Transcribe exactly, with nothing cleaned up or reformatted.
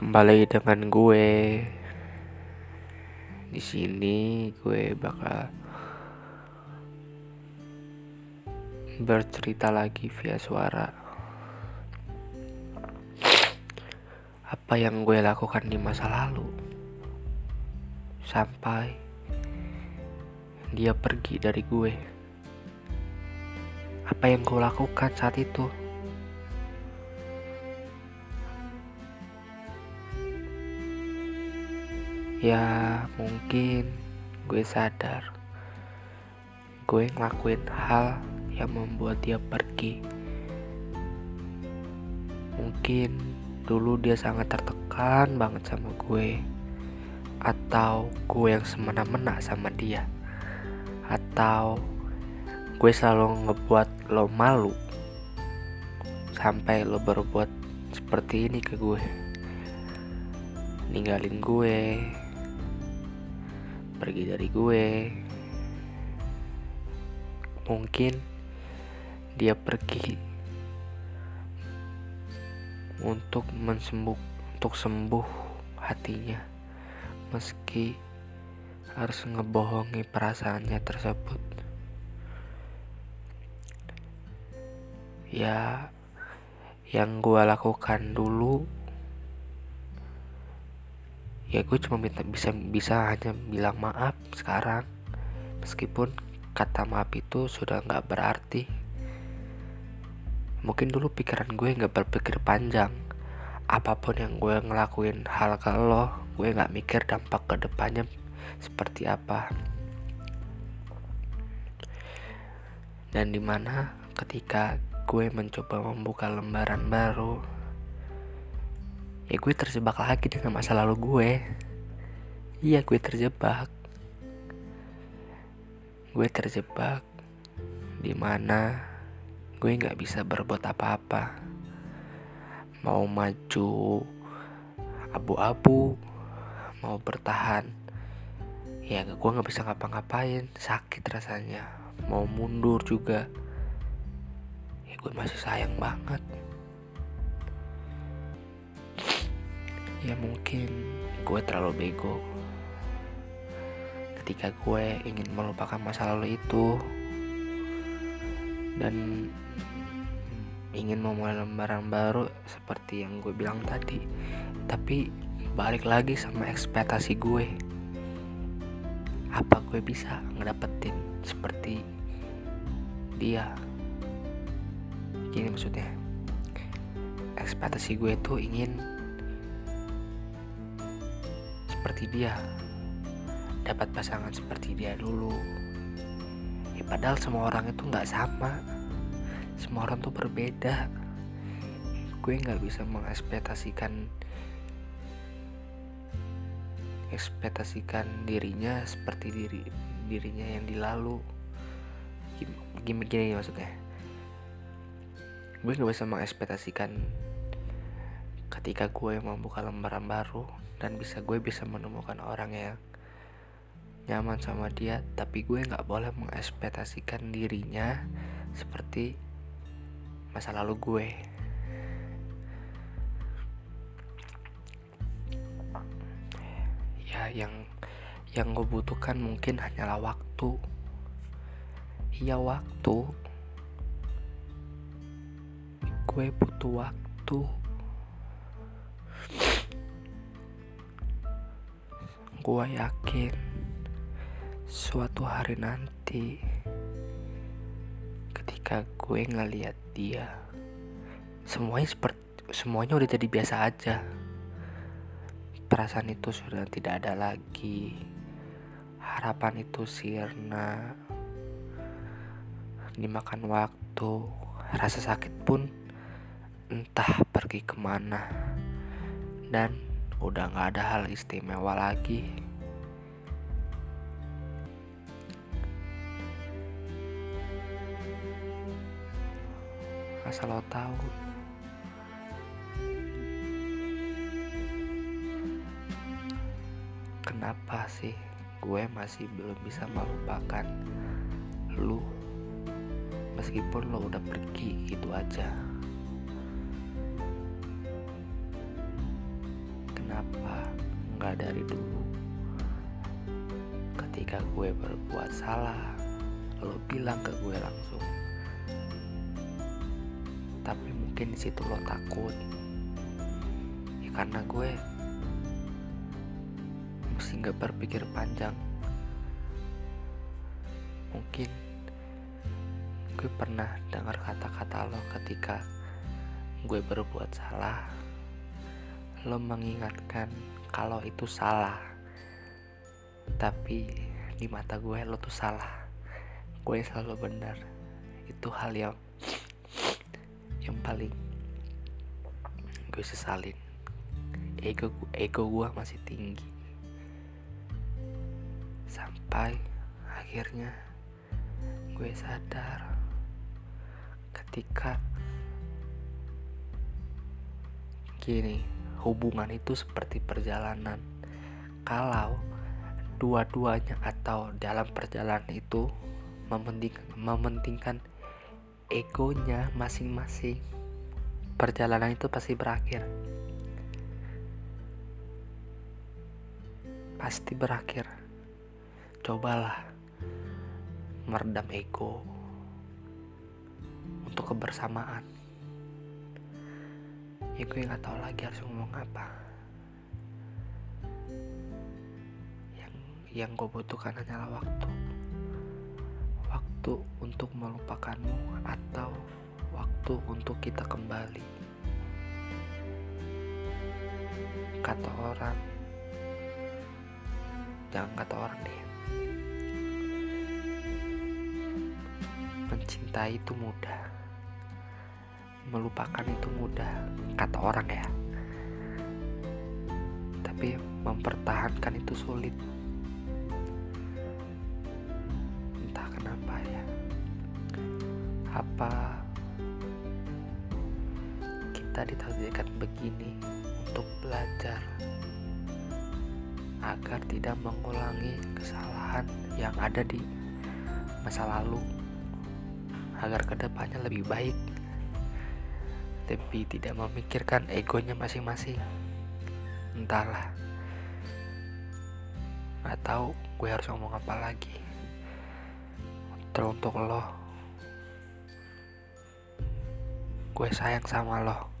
Kembali dengan gue. Di sini gue bakal bercerita lagi via suara. Apa yang gue lakukan di masa lalu sampai dia pergi dari gue. Apa yang gue lakukan saat itu? Ya mungkin gue sadar gue ngelakuin hal yang membuat dia pergi. Mungkin dulu dia sangat tertekan banget sama gue, atau gue yang semena-mena sama dia, atau gue selalu ngebuat lo malu sampai lo berbuat seperti ini ke gue, ninggalin gue, pergi dari gue. Mungkin dia pergi untuk mensembuh, untuk sembuh hatinya, meski harus ngebohongi perasaannya tersebut. Ya, yang gue lakukan dulu, ya gue cuma minta, bisa bisa hanya bilang maaf sekarang, meskipun kata maaf itu sudah nggak berarti. Mungkin dulu pikiran gue nggak berpikir panjang. Apapun yang gue ngelakuin hal ke lo, gue nggak mikir dampak ke depannya seperti apa. Dan dimana ketika gue mencoba membuka lembaran baru, ya gue terjebak lagi dengan masa lalu gue. Iya, gue terjebak. Gue terjebak dimana gue gak bisa berbuat apa-apa. Mau maju abu-abu, mau bertahan, ya gue gak bisa ngapa-ngapain, sakit rasanya. Mau mundur juga, ya gue masih sayang banget. Ya mungkin gue terlalu bego ketika gue ingin melupakan masa lalu itu dan ingin memulai lembaran baru seperti yang gue bilang tadi. Tapi balik lagi sama ekspektasi gue, apa gue bisa ngedapetin seperti dia? Gini maksudnya, ekspektasi gue tuh ingin seperti dia, dapat pasangan seperti dia dulu. Ya, padahal semua orang itu gak sama, semua orang tuh berbeda. Gue gak bisa mengekspektasikan ekspektasikan dirinya seperti diri dirinya yang di lalu. Gini, gini maksudnya, gue gak bisa mengekspektasikan ketika gue membuka lembaran baru dan bisa gue bisa menemukan orang yang nyaman sama dia, tapi gue gak boleh mengekspektasikan dirinya seperti masa lalu gue. Ya yang yang gue butuhkan mungkin hanyalah waktu. Iya, waktu. Gue butuh waktu. Gue yakin suatu hari nanti ketika gue ngeliat dia, semuanya seperti semuanya udah jadi biasa aja. Perasaan itu sudah tidak ada lagi. Harapan itu sirna dimakan waktu. Rasa sakit pun entah pergi kemana, dan udah gak ada hal istimewa lagi. Asal lo tahu, kenapa sih gue masih belum bisa melupakan lu, meskipun lo udah pergi gitu aja. nggak dari dulu. Ketika gue berbuat salah, lo bilang ke gue langsung. Tapi mungkin di situ lo takut. Ya karena gue mesti nggak berpikir panjang. Mungkin gue pernah dengar kata-kata lo ketika gue berbuat salah. Lo mengingatkan kalau itu salah, tapi di mata gue lo tuh salah. Gue selalu benar. Itu hal yang yang paling gue sesalin. Ego ego gue masih tinggi. Sampai akhirnya gue sadar ketika gini, hubungan itu seperti perjalanan. Kalau dua-duanya atau dalam perjalanan itu mementingkan, mementingkan egonya masing-masing, perjalanan itu pasti berakhir. Pasti berakhir. Cobalah meredam ego untuk kebersamaan. Ya gue gak tahu lagi harus ngomong apa. Yang yang gue butuhkan hanyalah waktu. Waktu untuk melupakanmu atau waktu untuk kita kembali. Kata orang, jangan kata orang deh. Mencintai itu mudah, melupakan itu mudah, kata orang ya. Tapi mempertahankan itu sulit. Entah kenapa ya. Apa kita ditakdirkan begini untuk belajar agar tidak mengulangi kesalahan yang ada di masa lalu, agar kedepannya lebih baik, lebih tidak memikirkan egonya masing-masing. Entahlah, gak tahu gue harus ngomong apa lagi. Teruntuk lo, gue sayang sama lo.